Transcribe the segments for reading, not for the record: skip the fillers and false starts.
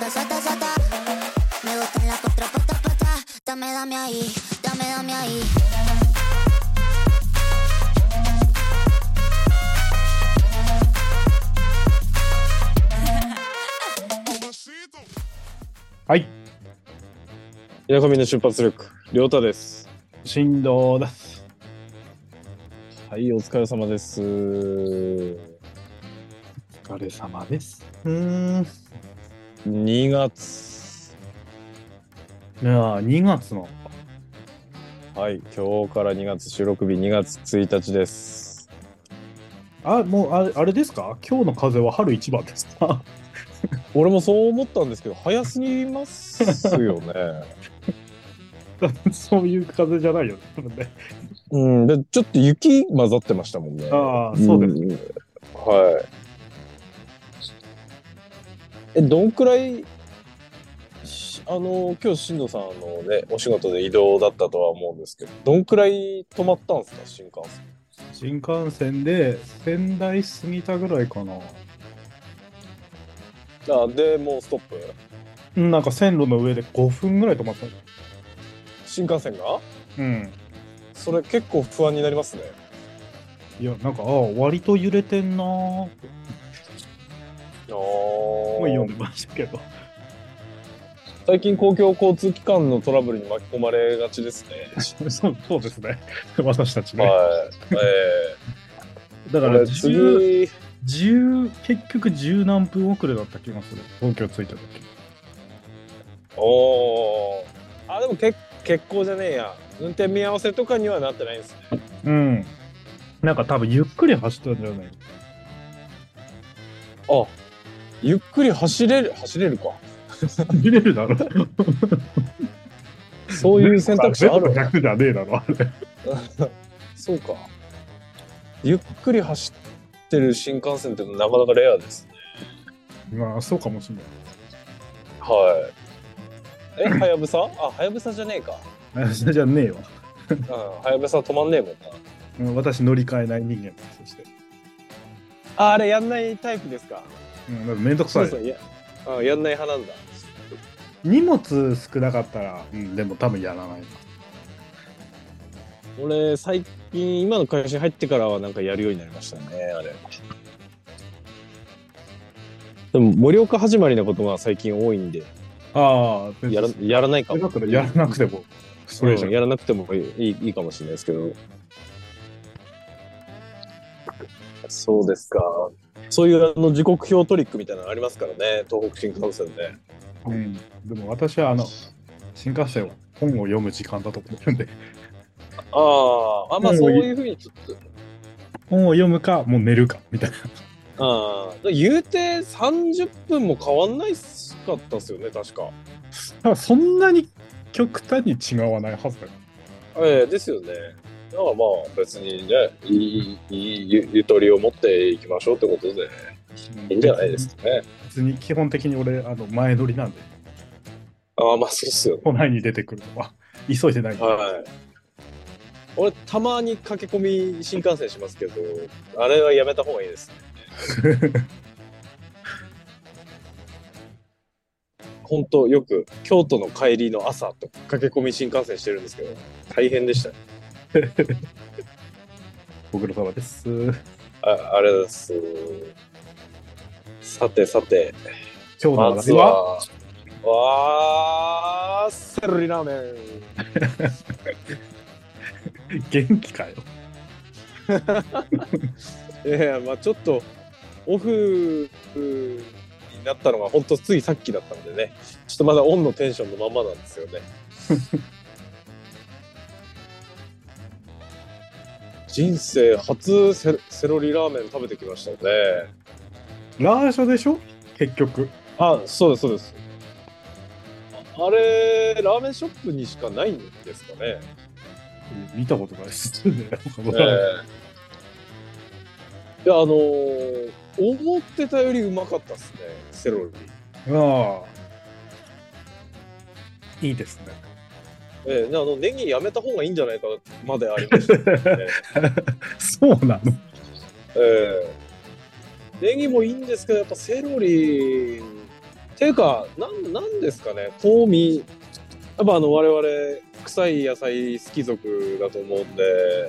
sata, sata, sata. Me gustan las cuatro patas, patas. Dame, dame ahí, dame, dame ahí. はい。 田舎民の瞬発力、亮太です。 振動です。 はい、お疲れ様です。 お疲れ様です。 2月。 いやー、2月の。 はい、今日から2月、収録日2月1日です。 もうあれですか？今日の風は春一番ですか？ 俺もそう思ったんですけど、早すぎますよね。 そういう風じゃないよね。 うん、で、ちょっと雪混ざってましたもんね。 ああ、そうです。 はい。どんくらい、今日、新藤さんのね、お仕事で移動だったとは思うんですけど、どんくらい止まったんですか、新幹線。 新幹線で仙台過ぎたぐらいかな。 で、もうストップ？ なんか線路の上で5分ぐらい止まった。 新幹線が？ うん。 それ結構不安になりますね。 いや、なんか、割と揺れてんなー。もう読んでましたけど。 最近公共交通機関のトラブルに巻き込まれがちですね。 そうですね。私たちね。 はい。 だから次、 結局十何分遅れだった気がする。東京着いた時。 でも結構じゃねえや。運転見合わせとかにはなってないんですね。 うん。なんか多分ゆっくり走ったんじゃない？ ゆっくり走れるか。 走れるだろ。 そういう選択肢ある。 逆じゃねえだろ、あれ。 そうか。ゆっくり走ってる新幹線ってなかなかレアですね。 まあ、そうかもしれない。 はい。はやぶさ？はやぶさじゃねえか。 はやぶさじゃねえわ。 はやぶさ止まんねえもんな。 私乗り換えない人間です。そして。 あれやんないタイプですか？ めんどくさい。 そうやんない派なんだ。 荷物少なかったら、でも多分やらないな。 俺最近今の会社に入ってからはなんかやるようになりましたね、あれ。でも盛岡始まりなことが最近多いんで、やらないかも。 やらなくてもそれじゃやらなくてもいいかもしれないですけど。そうですか。そういう時刻表トリックみたいなのありますからね、東北新幹線で。 でも私は新幹線は本を読む時間だと思うんで。 まあそういうふうにちょっと本を読むかもう寝るかみたいな。 言うて30分も変わんないかったっすよね、確か。 そんなに極端に違わないはずだよ。 ですよね。だからまあ別にね、いいゆとりを持っていきましょうってことで、いいんじゃないですかね。 別に基本的に俺前乗りなんで。 まあそうっすよ。 都内に出てくるのは急いでない。 俺たまに駆け込み新幹線しますけど、あれはやめた方がいいですね。本当よく京都の帰りの朝と駆け込み新幹線してるんですけど、大変でしたね。 ご苦労様です。 あれです。さて、 今日のまずはセロリラーメン。元気かよ。 まあちょっとオフになったのが本当ついさっきだったんでね、ちょっとまだオンのテンションのままなんですよね。人生初セロリラーメン食べてきましたね。 ラーショでしょ結局。 そうです。あれラーメンショップにしかないんですかね。 見たことないです。 いや思ってたよりうまかったですね、セロリ。 いいですね。 ネギやめた方がいいんじゃないかまでありましたね。 そうなの？ ネギもいいんですけど、やっぱセロリていうか、なんですかね、冬眠、やっぱ我々、臭い野菜好き族だと思うんで、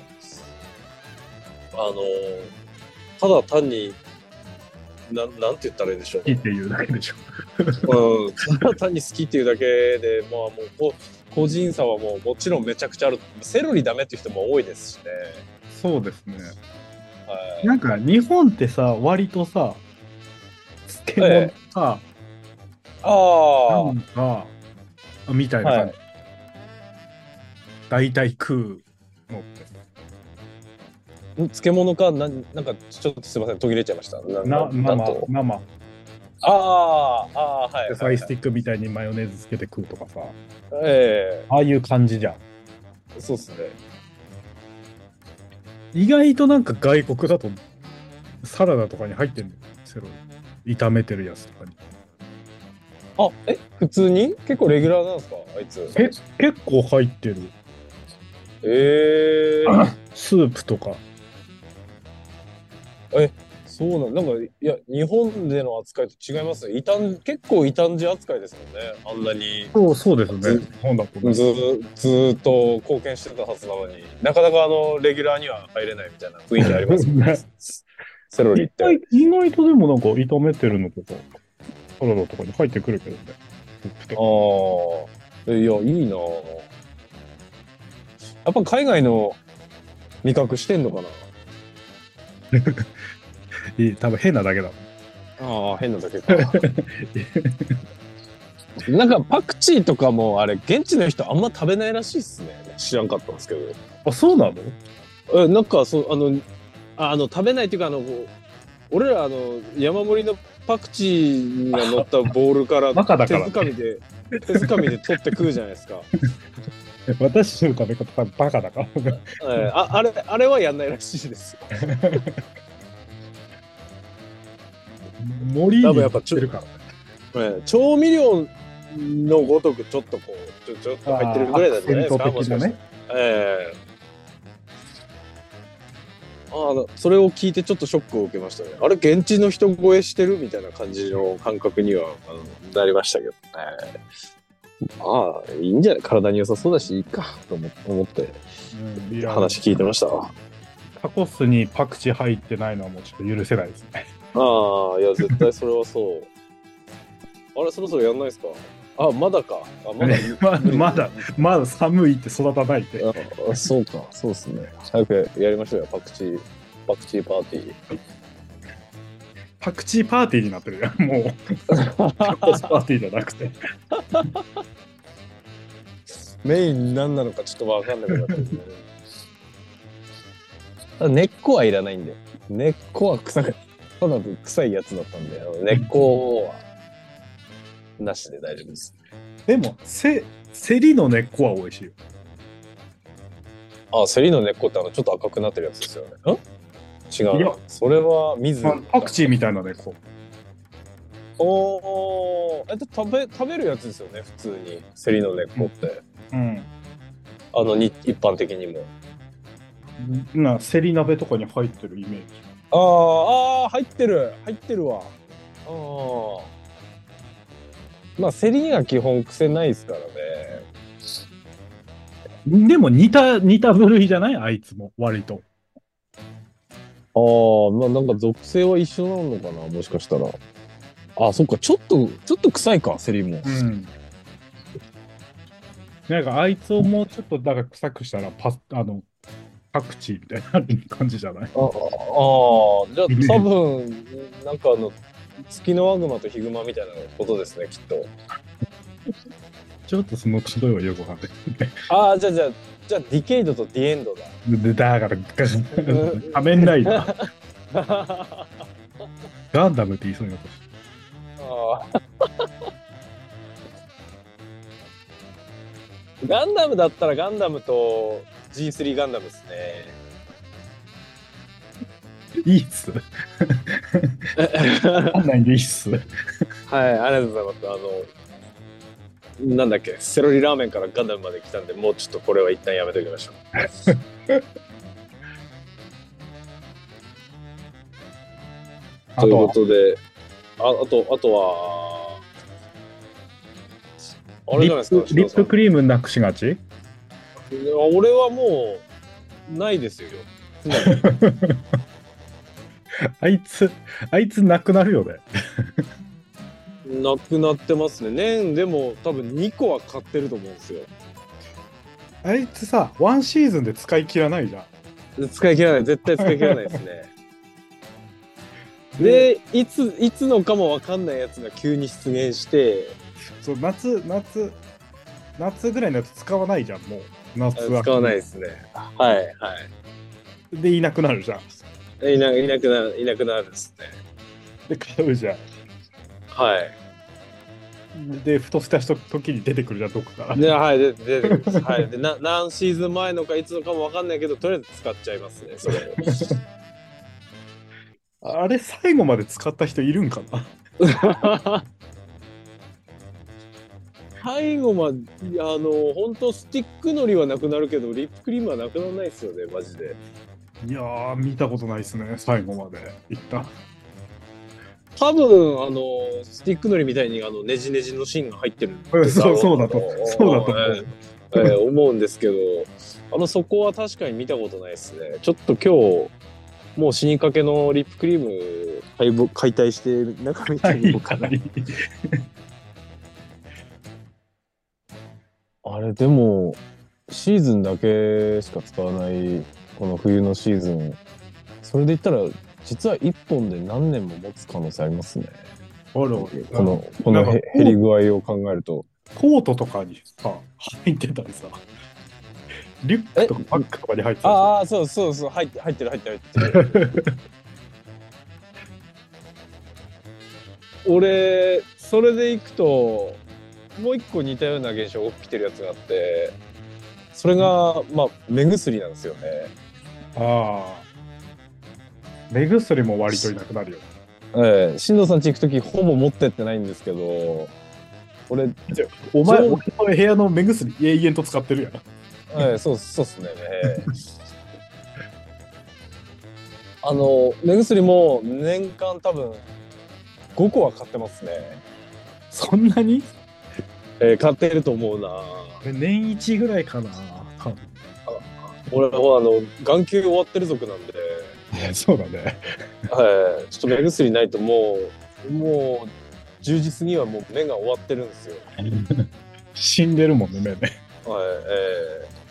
ただ単に、なんて言ったらいいんでしょう。 好きっていうだけでしょ。 ただ単に好きっていうだけで、まあもう個人差はもちろんめちゃくちゃある。セロリダメっていう人も多いですしね。 そうですね。 はい。 なんか日本ってさ、割とさ、漬物か、 ああ、 なんか、みたいな感じ。大体食うのって。 漬物かなんかちょっとすいません途切れちゃいました。 生。 はい。 野菜スティックみたいにマヨネーズつけて食うとかさ。 えああいう感じじゃん。 そうっすね。 意外となんか外国だとサラダとかに入ってんのよ。セロリ。炒めてるやつとかに。 普通に結構レギュラーなんですかあいつ。 結構入ってる。スープとか。 そうなんかいや日本での扱いと違いますね。結構異端児扱いですもんね。あんなにそうですね。そうだと思う。 ずーっと貢献してたはずなのになかなかレギュラーには入れないみたいな雰囲気ありますもんね。セロリって。 意外とでもなんか炒めてるのとか、サラダとかに入ってくるけどね。 いや、いいなぁ。やっぱ海外の味覚してんのかな。 多分変なだけだ。 変なだけか。なんかパクチーとかもあれ現地の人あんま食べないらしいっすね。知らんかったんですけど。 あ、そうなの？ なんか食べないっていうか俺ら山盛りのパクチーが乗ったボールから手づかみで取って食うじゃないですか。 私の食べ方バカだから。 あれはやんないらしいですよ。 森にやっぱってるからね。調味料のごとくちょっとこうちょっと入ってるぐらいなんじゃないですか。もしかして。それを聞いてちょっとショックを受けましたね。あれ現地の人超えしてるみたいな感じの感覚にはなりましたけどね。いいんじゃない、体に良さそうだしいいかと思って、話聞いてましたわ。 タコスにパクチー入ってないのはもうちょっと許せないですね。 いや絶対それはそう。あれそろそろやんないですか。まだか。 まだ寒いって育たないって。 そうか、そうですね。早くやりましょうよ、パクチーパーティー。 パクチーパーティーになってるやん、もう。タコスパーティーじゃなくて。 メイン何なのかちょっと分かんなくなってる、ね。根っこはいらないんで。根っこはただ臭いやつだったんで、根っこはなしで大丈夫です。 でも、セリの根っこは美味しいよ。セリの根っこってちょっと赤くなってるやつですよね。違う。いや、それは水。 パクチーみたいな根っこ。 食べるやつですよね、普通に。セリの根っこって。 うん。 一般的にも。 セリ鍋とかに入ってるイメージ。 入ってるわ。まあセリが基本癖ないですからね。でも似た部類じゃない？あいつも割と。 まあなんか属性は一緒なのかな、もしかしたら。そっか、ちょっと臭いか、セリも。 なんかあいつをもうちょっとだから臭くしたらパクチーみたいな感じじゃない？じゃあ多分なんか月のワグマとヒグマみたいなことですね、きっと。 ちょっとその例えはよくわかんない。 じゃあディケイドとディエンドだ。だから仮面ライダー。ガンダムって言いそうになったし。 ガンダムだったらガンダムと G3 ガンダムですね。 いいっす。わかんないんでいいっす。 はい、ありがとうございます。なんだっけ、セロリラーメンからガンダムまで来たんで、もうちょっとこれは一旦やめておきましょう。ということで、あとはあれじゃないですか、 リップクリームなくしがち？ 俺はもう、ないですよ。 あいつなくなるよね。 なくなってますね。年でも多分2個は買ってると思うんですよ。 あいつさ、ワンシーズンで使い切らないじゃん。 使い切らない。絶対使い切らないですね。で、いつのかもわかんないやつが急に出現して、 そう、夏ぐらいのやつ使わないじゃん、もう。夏は。 使わないですね。はい、はい。 で、いなくなるじゃん。 いなくなるですね。 で、買うじゃん。 はい。 で、ふとした時に出てくるじゃん、どこから。 で、はい、出てくるんです。はい。で、何シーズン前のかいつのかもわかんないけど、とりあえず使っちゃいますね、それ。 あれ、最後まで使った人いるんかな？ 最後まで、本当スティックのりはなくなるけど、リップクリームはなくならないですよね、マジで。 いやー、見たことないですね、最後まで。いった。 多分、スティックのりみたいに、ねじねじの芯が入ってるんでそうだと思う。 思うんですけど、そこは確かに見たことないですね。ちょっと今日、もう死にかけのリップクリーム解体して、中見てみようかな。あれ、でも、シーズンだけしか使わない、この冬のシーズン。それで言ったら、実は1本で何年も持つ可能性ありますね。この減り具合を考えると。 コートとかにさ、入ってたりさ、リュックとかバッグとかに入ってたりさ。 ああ、そう、入ってる。俺、それでいくと、もう一個似たような現象が起きてるやつがあって、それが、まあ、目薬なんですよね。 ああ。目薬も割といなくなるよ。 進藤さん家行くときほぼ持ってってないんですけど、俺、 俺の部屋の目薬永遠と使ってるやん。 そうっすね。目薬も年間多分5個は買ってますね。 そんなに？ 買ってると思うな。 年1ぐらいかな。 俺は眼球終わってる族なんで。 そうだね。 はい、ちょっと目薬ないともう10時過ぎはもう目が終わってるんですよ。 死んでるもんね、目ね。 はい、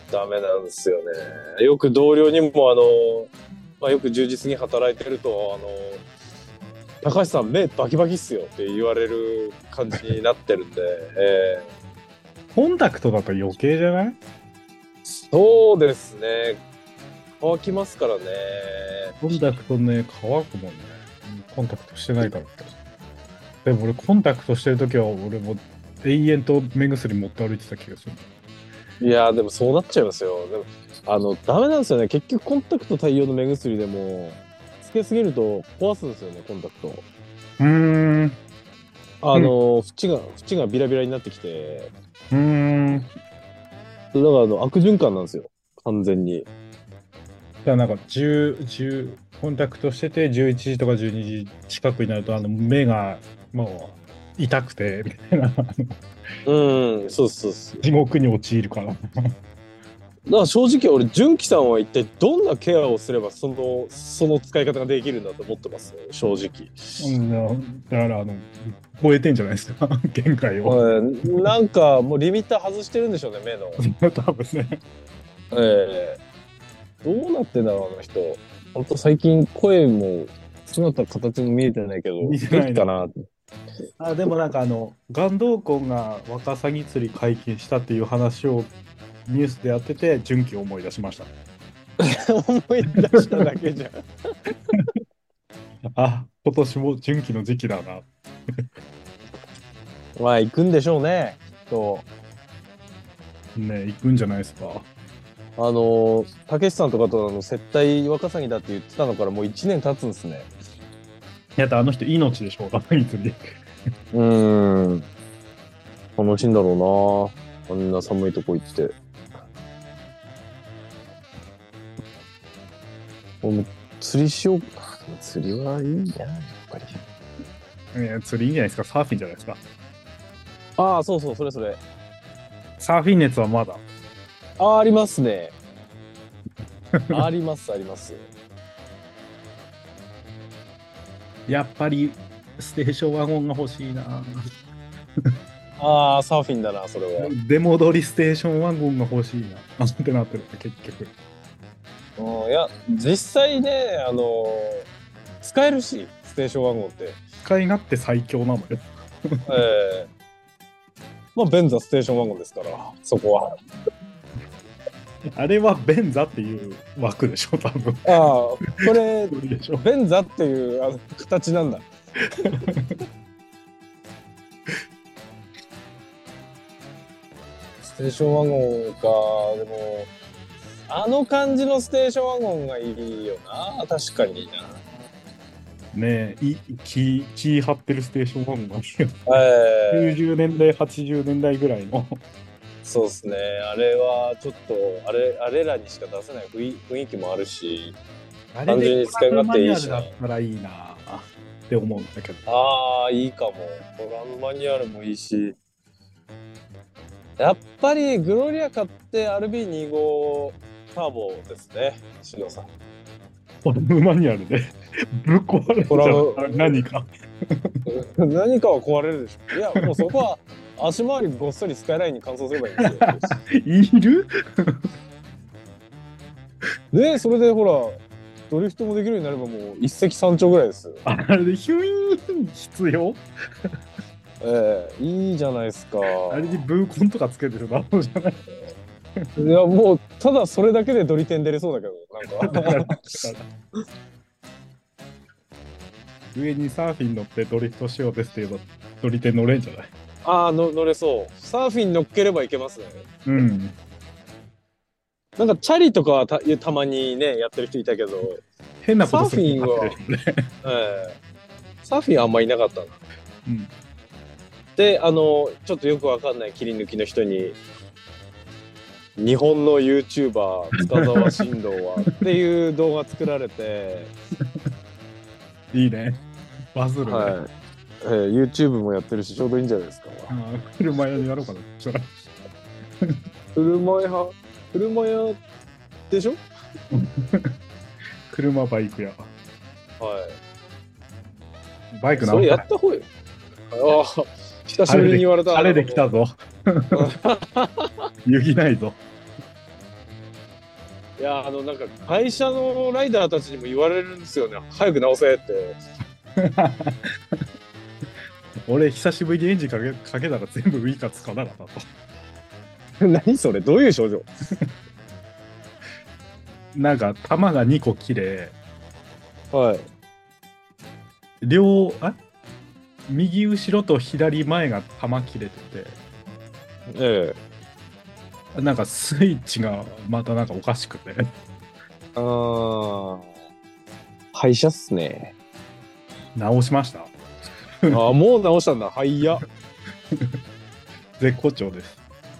ダメなんですよね。よく同僚にもよく10時過ぎ働いてると高橋さん目バキバキっすよって言われる感じになってるんで、 コンタクトだと余計じゃない？ そうですね。乾きますからね。 コンタクトね、乾くもんね。コンタクトしてないから。でも俺、コンタクトしてるときは、俺も永遠と目薬持って歩いてた気がする。 いや、でもそうなっちゃいますよ。でもダメなんですよね。結局コンタクト対応の目薬でも、つけすぎると壊すんですよね、コンタクト。縁がビラビラになってきて。だから悪循環なんですよ、完全に。 じゃあなんかコンタクトしてて11時とか12時近くになると目がもう痛くてみたいな。 そう。 地獄に陥るから。 だから正直俺純喜さんは一体どんなケアをすればその使い方ができるんだと思ってます、正直。 だから超えてんじゃないですか、限界を。 なんかもうリミッター外してるんでしょうね、目の。 多分ね。 どうなってんだろう、あの人。ほんと最近声も姿形も見えてないけど、 見てないかな。 でもなんか眼動根がワカサギ釣り解禁したっていう話をニュースでやってて、純喜を思い出しました。 思い出しただけじゃん。 今年も純喜の時期だな。 まあ行くんでしょうね、 ね、行くんじゃないですか。 たけしさんとかと接待ワカサギだって言ってたのからもう1年経つんですね。 やったあの人命でしょ、ワカサギ釣り。 楽しいんだろうな、あんな寒いとこ行って。釣りしようか。釣りはいいんじゃない、やっぱり。 釣りいいんじゃないですか、サーフィンじゃないですか。 そう、それ。 サーフィン熱はまだ。 ありますね。ありますあります。 やっぱりステーションワゴンが欲しいな。 ああ、サーフィンだな、それは。 出戻りステーションワゴンが欲しいな。ってなってるね、結局。 いや、実際ね、使えるし、ステーションワゴンって。 使い勝手最強なのよ。 まあ、ベンザステーションワゴンですから、そこは。 あれはベンザっていう枠でしょ、多分。 ああ、これ、 でしょ。 ベンザっていう形なんだ。ステーションワゴンか、でも、あの感じのステーションワゴンがいいよな、確かにな。 ねえ、気張ってるステーションワゴンがいいよ。90年代、80年代ぐらいの。 そうですね。あれはちょっとあれらにしか出せない雰囲気もあるし、 あ単純に使い勝手いいしだったらいいなって思うんだけど。 ああ、いいかも。トランマニュアルもいいし。やっぱりグロリア買って RB25 ターボですね、シノさん。 トラムマニュアルでぶっ壊れるじゃん。何か何かは壊れるでしょ。いや、もうそこは足回りごっそりスカイラインに乾燥すればいいんですよ。 いるで、それでほら、ドリフトもできるようになればもう一石三鳥ぐらいですよ。 あれでヒュイーン必要いいじゃないですか。 あれにブーコンとかつけてるだろうじゃない。 いや、もうただそれだけでドリテン出れそうだけど、なんか上にサーフィン乗ってドリフトしようですって言えばドリテン乗れんじゃない。 ああ、乗れそう。サーフィン乗っければいけますね。 うん。 なんかチャリとかはたまにねやってる人いたけど、 変なことするサーフィンは、サーフィンはあんまいなかったな。 うん。 で、ちょっとよくわかんない切り抜きの人に、日本の YouTuber 塚沢新道はっていう動画作られて、 いいね。バズるね。 はい。YouTube もやってるしちょうどいいんじゃないですか。 車屋にやろうかな。 車屋でしょ。 車バイク屋。 はい。 バイクな。 それやった方がいい。ああ、久しぶりに言われた。 あれで来たぞ。ゆぎないぞ。 いや、なんか会社のライダーたちにも言われるんですよね。早く直せって。 俺久しぶりにエンジンかけたら全部ウィーカーつかなかったと。何それ、どういう症状？ なんか弾が2個切れ、 はい。 右後ろと左前が弾切れてて、なんかスイッチがまたなんかおかしくて。 廃車っすね。 直しました。 もう直したんだ。はいや。 絶好調です。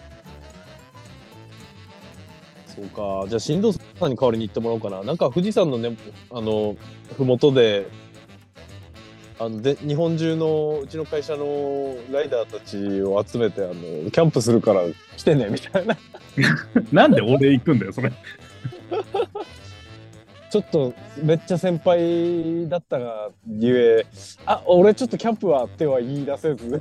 そうか。じゃあ新藤さんに代わりに行ってもらおうかな。なんか富士山のね、ふもとで、日本中のうちの会社のライダーたちを集めてキャンプするから来てねみたいな。 なんで俺行くんだよそれ。 ちょっとめっちゃ先輩だったがゆえ、俺ちょっとキャンプはっては言い出せず。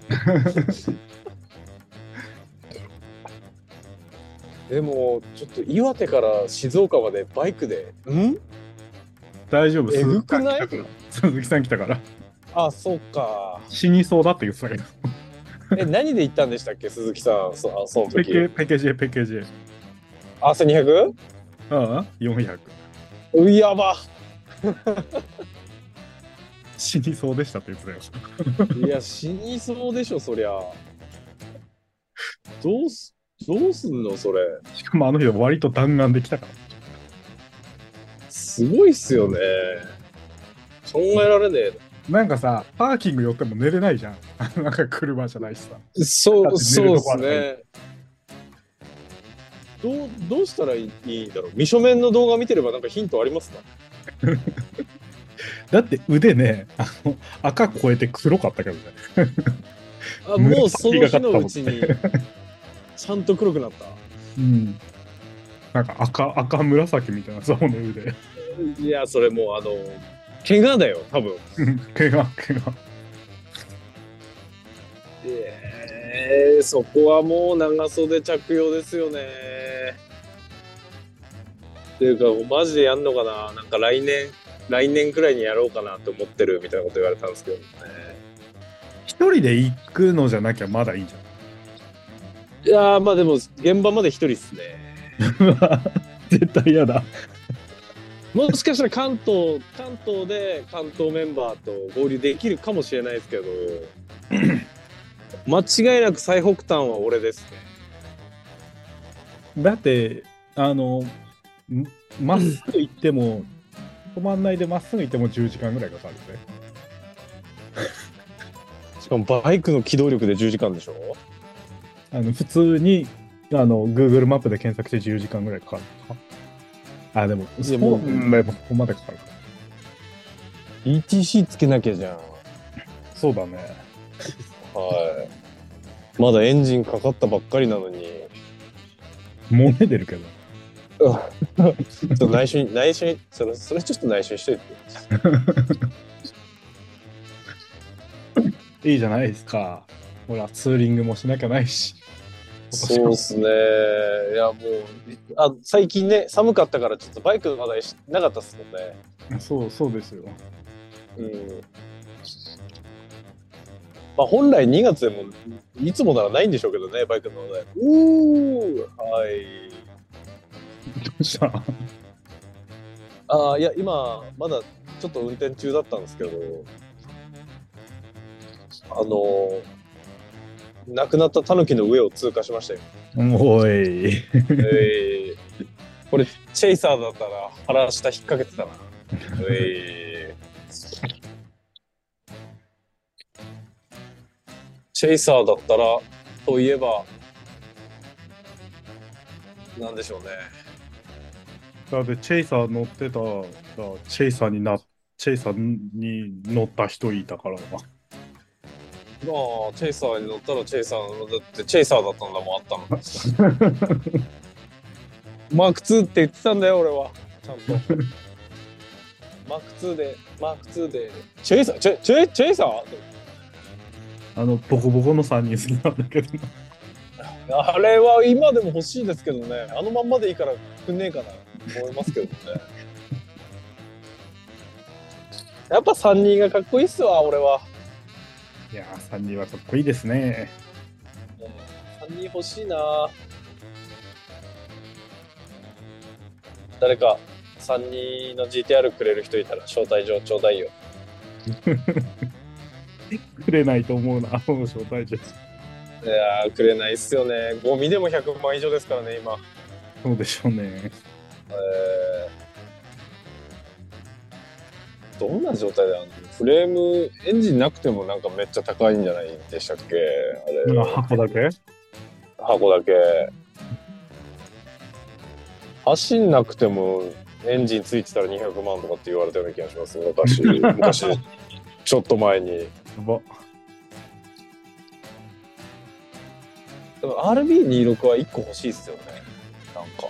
でもちょっと岩手から静岡までバイクで大丈夫。 えぐくない？ 鈴木さん来たから。 あ、そうか。 死にそうだって言ってたけど。 何で行ったんでしたっけ、鈴木さん。その時。 ペケジェ。 1200？ 400。 やば。 死にそうでしたって言ってたよ。 いや、死にそうでしょ、そりゃ。どうすんの、それ。 しかもあの人割と弾丸で来たから。 すごいっすよね。考えられねえ。 なんかさ、パーキング寄っても寝れないじゃん。なんか車じゃないしさ。 そうですね。どうしたらいいんだろう。未書面の動画見てればなんかヒントありますか？ だって腕ね、赤超えて黒かったけどね。 もうその日のうちにちゃんと黒くなった。 うん。なんか赤紫みたいなゾーンの腕。 いや、それもう怪我だよ、多分。 怪我。 そこはもう長袖着用ですよね。っていうか、マジでやんのかな、なんか来年くらいにやろうかなと思ってるみたいなこと言われたんですけどね。 一人で行くのじゃなきゃまだいいんじいやー、まあでも、現場まで一人っすね。 ゃん。絶対嫌だ。 もしかしたら関東で関東メンバーと合流できるかもしれないですけど、間違いなく最北端は俺ですね。 だってまっすぐ行っても止まんないでまっすぐ行っても10時間ぐらいかかるね。 しかもバイクの機動力で10時間でしょ。 普通にGoogle マップで検索して10時間ぐらいかかるか。あ、でもそうもうここまでかかるか。 ETC つけなきゃじゃん。 そうだね。 はい。まだエンジンかかったばっかりなのに。 漏れ出るけど。 ちょっと内緒にそれちょっと内緒にしといて。 いいじゃないですか。ほらツーリングもしなきゃないし。 そうっすね。いやもう最近ね寒かったからちょっとバイクの話題なかったっすもんね。 そうですよ。 うん。まあ本来2月でもいつもならないんでしょうけどね、バイクの話題。はい。 どうした？ いや今まだちょっと運転中だったんですけど、亡くなったタヌキの上を通過しましたよ。 おい。 これチェイサーだったら腹下引っ掛けてたな。チェイサーだったらといえばなんでしょうね。 だってチェイサー乗ってたらチェイサーに乗った人いたからな。 チェイサーに乗ったらチェイサーだってチェイサーだったんだもん、あったの。マーク2って言ってたんだよ俺はちゃんと。マーク2でチェイサーボコボコの3人好きなんだけどな。 あれは今でも欲しいですけどね。あのまんまでいいからくんねえかな思いますけどね。やっぱ3人がかっこいいっすわ俺は。 いやー、3人はかっこいいですね。 3人欲しいな。誰か3人の GTR くれる人いたら招待状ちょうだいよ。 くれないと思うな、この招待状。 いやーくれないっすよね。ゴミでも100万以上ですからね今。 そうでしょうね。 どんな状態でフレームエンジンなくてもなんかめっちゃ高いんじゃないでしたっけあれ。 箱だけ箱だけ。走んなくてもエンジンついてたら200万とかって言われたような気がします昔ちょっと前に。 やば。 でも RB26 は1個欲しいっすよね。なんか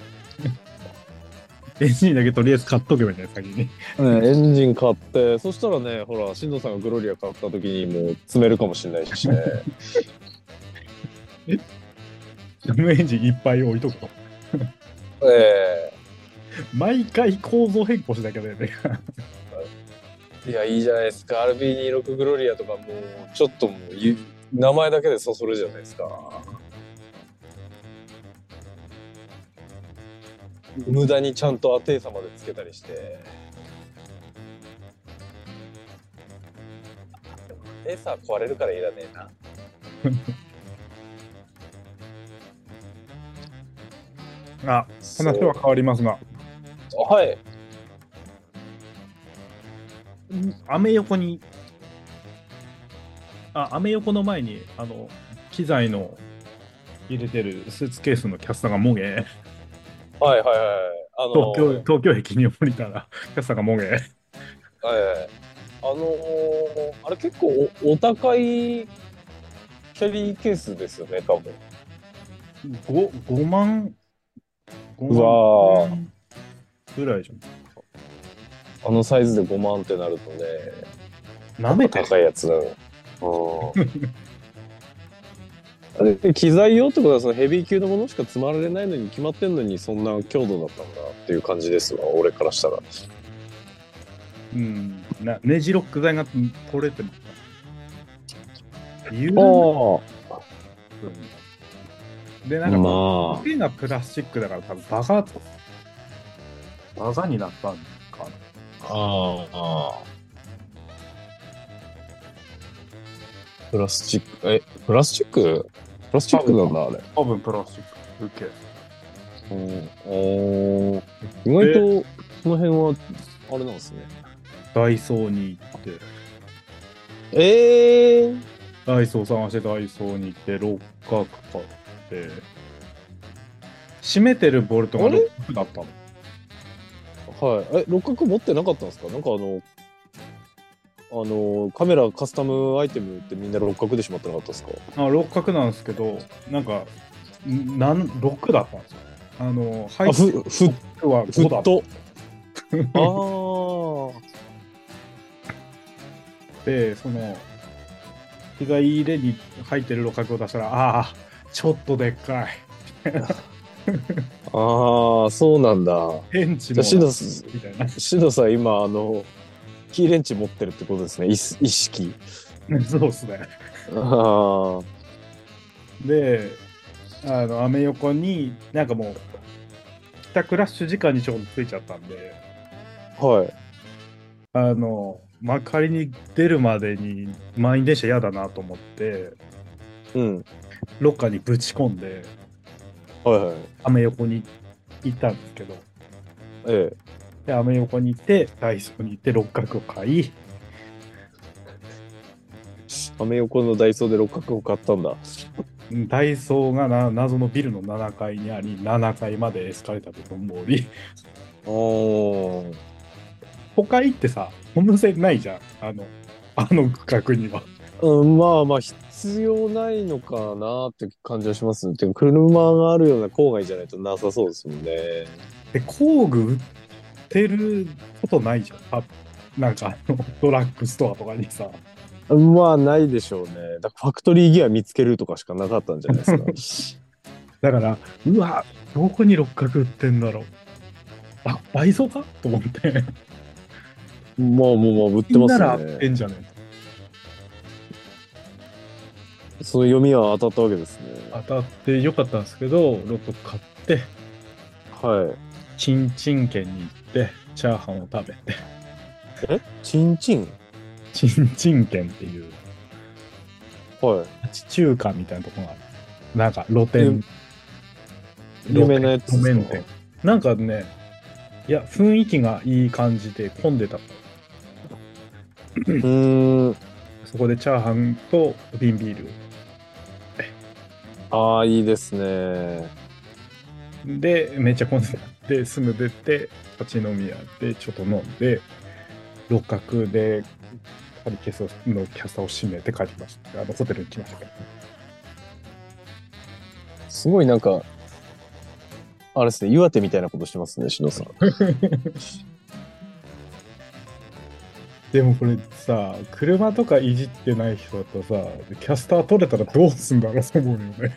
エンジンだけとりあえず買っとけばいいんじゃない、先に。 エンジン買って、そしたらね、ほら、進藤さんがグロリア買った時にもう積めるかもしれないしね。 そのエンジンいっぱい置いとくと。毎回構造変更しなきゃね。 いや、いいじゃないですか。RB26 グロリアとかもう、ちょっともう、名前だけでそそるじゃないですか。無駄にちゃんとアテーサまでつけたりして。アテーサ壊れるからいらねえな。 あ、話は変わりますが、 はい。 アメ横の前に機材の入れてるスーツケースのキャスターがもげ、 はいはいはい。 東京駅に降りたらキャスターがもげ。 あれ結構お高いキャリーケースですよね、多分。 5万、5 うわ万ぐらいじゃん。 あのサイズで5万ってなるとね、 なめてる。 高いやつだよ。あれ、機材用ってことはそのヘビー級のものしか積まれないのに決まってんのにそんな強度だったんだっていう感じですわ、俺からしたら。 うん。ネジロック材が取れてます。緩い。で、なんか、 ま大きなプラスチックだから多分バカになったんかな。 あ。プラスチック、プラスチックなんだ、あれ。 多分プラスチック。受け。 意外と、その辺は、あれなんですね。 ダイソーに行って、ダイソー探してダイソーに行って、六角買って、締めてるボルトが六角だったの。 はい。六角持ってなかったんですか？なんかカメラカスタムアイテムってみんな六角でしまってなかったですか？ 六角なんですけど、なんか、6だったんですよ。 フックは5だった。で、機材入れに入ってる六角を出したら、ああ、ちょっとでっかい。 ああ、そうなんだ。 ペンチもシドさん今、キーレンチ持ってるってことですね。意識。 そうっすね。で、アメ横に、なんかもう、帰宅ラッシュ時間にちょうどついちゃったんで、 はい。 仮に出るまでに満員電車嫌だなと思って、 うん。 ロッカーにぶち込んで、 はいはい。 アメ横に行ったんですけど、で、アメ横に行って、ダイソーに行って六角を買い、 アメ横のダイソーで六角を買ったんだ。 ダイソーが謎のビルの7階にあり、7階までエスカレーターで登り、他行ってさ、ホームセンないじゃん、あの区画には。 まあまあ、必要ないのかなって感じはします。てか車があるような郊外じゃないとなさそうですもんね。 で、工具売ってることないじゃん。なんかドラッグストアとかにさ。 まあ、ないでしょうね。だからファクトリーギア見つけるとかしかなかったんじゃないですか。 だから、うわ、どこに六角売ってんだろう。ダイソーかと思って。 まあ、売ってますよなら売ってね。 んじゃねその読みは当たったわけですね。 当たってよかったんですけど、6個買って、 はい。 チンチン県に行って、チャーハンを食べて。 チンチンチンチン県っていう、 はい。 地中華みたいなとこがある。なんか露店。 有名なやつですか？ 路面店。なんかね、いや、雰囲気がいい感じで混んでた。そこでチャーハンと瓶ビール。 ああ、いいですね。 で、めっちゃ混んでたってすぐ出て、立ち飲み屋でちょっと飲んで、六角でカリケスのキャスターを閉めて帰ってきました。ホテルに来ましたけど。 すごいなんか、あれですね、岩手みたいなことしてますね、しのさん。 でもこれさ、車とかいじってない人だとさ、キャスター取れたらどうすんだろうと思うよね。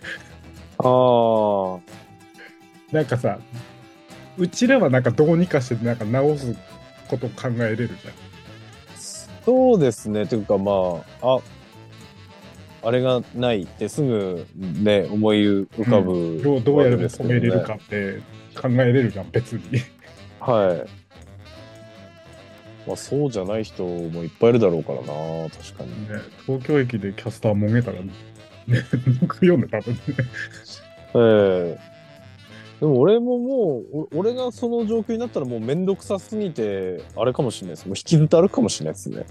なんかさ、うちらはなんかどうにかしてなんか直すこと考えれるじゃん。 そうですね。というかまあ、あれがないってすぐね、思い浮かぶ、 どうやれば止めれるかって考えれるじゃん、別に。 はい。まあそうじゃない人もいっぱいいるだろうからな、確かに。 ね、東京駅でキャスターもげたら、ね、抜くよね、多分ね。 でも俺ももう、俺がその状況になったらもうめんどくさすぎて、あれかもしれないです。もう引きずってあるかもしれないですね。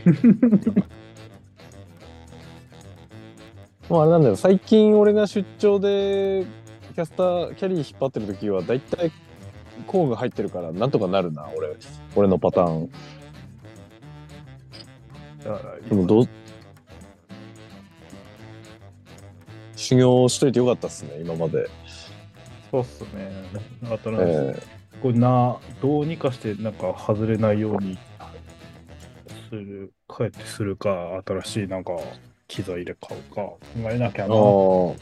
もうあれなんだよ、最近俺が出張でキャャリー引っ張ってる時はだいたい工具入ってるからなんとかなるな、俺のパターン。でも修行しといてよかったっすね、今まで。 そうっすね。新しい。これどうにかしてなんか外れないように帰ってするか、新しいなんか機材で買うか考えなきゃな。 ホ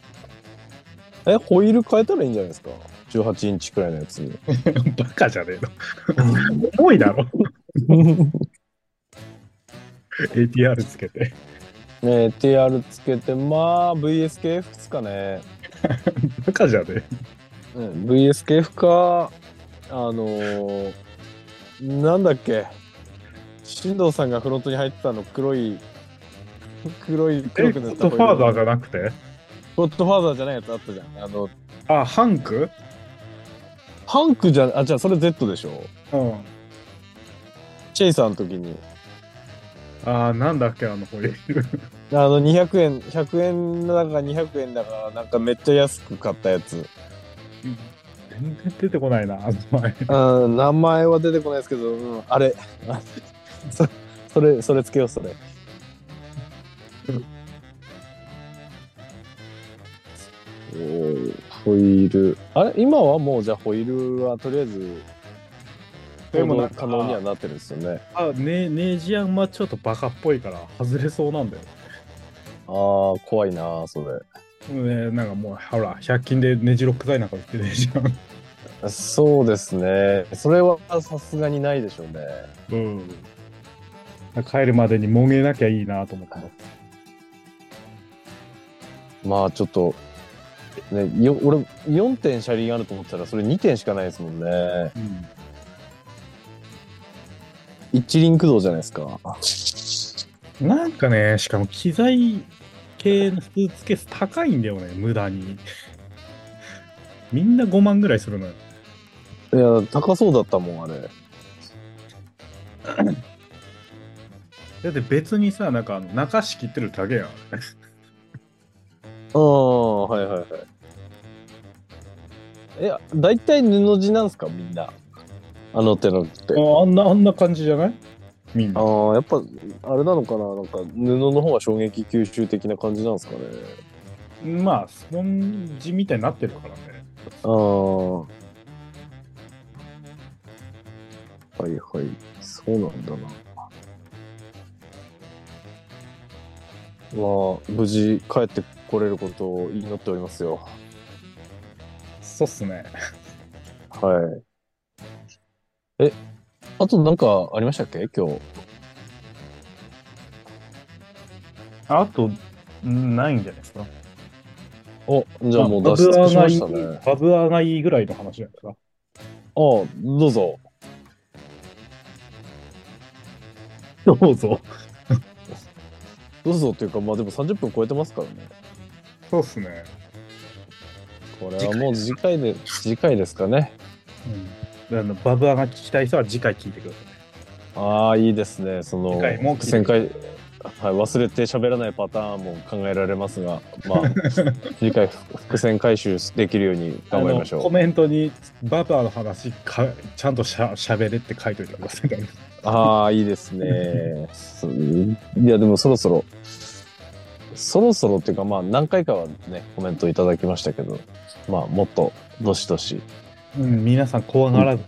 イール変えたらいいんじゃないですか。18インチくらいのやつに。 バカじゃねえの。重いだろ。ATR つけて。 TR つけて、まあ、VSKF ですかね。 バカじゃねえ。 VSKF か、なんだっけ。進藤さんがフロントに入ってたの黒く塗ったゴッドファーザーじゃなくてゴッドファーザーじゃないやつあったじゃん。 ハンクじゃあ、それ Z でしょ。 うん。 チェイサーの時に。 なんだっけ、ホイール。 200円、100円だか200円だか、なんかめっちゃ安く買ったやつ。 全然出てこないな、 名前は出てこないですけど、あれ。それつけよう、それ。ホイール。今はもうじゃあホイールはとりあえずでも可能にはなってるんですよね。 ネジアンはちょっとバカっぽいから外れそうなんだよ。 怖いなそれ。なんかもうほら100均でネジロック剤なんか売ってるじゃん。 そうですね。それはさすがにないでしょうね。 帰るまでにもげなきゃいいなと思った。 まあちょっとね、俺4点車輪あると思ってたらそれ2点しかないですもんね。一輪駆動じゃないですか。 なんかね、しかも機材系のスーツケース高いんだよね、無駄に。みんな5万ぐらいするのよ。 いや、高そうだったもん、あれ。 だって別にさ、なんか中敷きってるだけやん。 はいはいはい。だいたい布地なんすか、みんな。手のって。 あんな感じじゃない？みんな。 やっぱ、あれなのかな、なんか布の方が衝撃吸収的な感じなんですかね。 まあ、スポンジみたいになってるからね。 はいはい。そうなんだな。無事帰ってこれることを祈っておりますよ。 そうっすね。 はい。あとなんかありましたっけ今日。 あと、ないんじゃないですか。 じゃあもう脱出しましたね。 バブアーがいいぐらいの話じゃないですか。 どうぞ。 どうぞ。 どうぞっていうか、まあでも30分超えてますからね。 そうっすね。 これはもう次回ですかね。 バブアーが聞きたい人は次回聞いてください。いいですね。その伏線回、忘れて喋らないパターンも考えられますが、まあ次回伏線回収できるように頑張りましょう。 コメントにバブアーの話ちゃんとしゃべれって書いといてください。 いいですね。いやでもそろそろっていうか、まあ何回かはねコメントいただきましたけど、まあもっとどしどし。 皆さん怖がらず。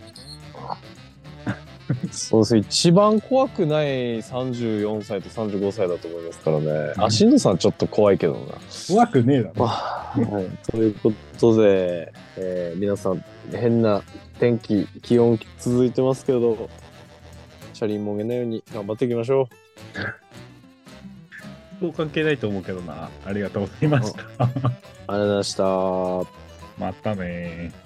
そうです。一番怖くない34歳と35歳だと思いますからね。新藤さんちょっと怖いけどな。 怖くねえだろ。 ということで、皆さん変な気温続いてますけど、車輪もげないように頑張っていきましょう。そう関係ないと思うけどな。ありがとうございました。 ありがとうございました。 またね。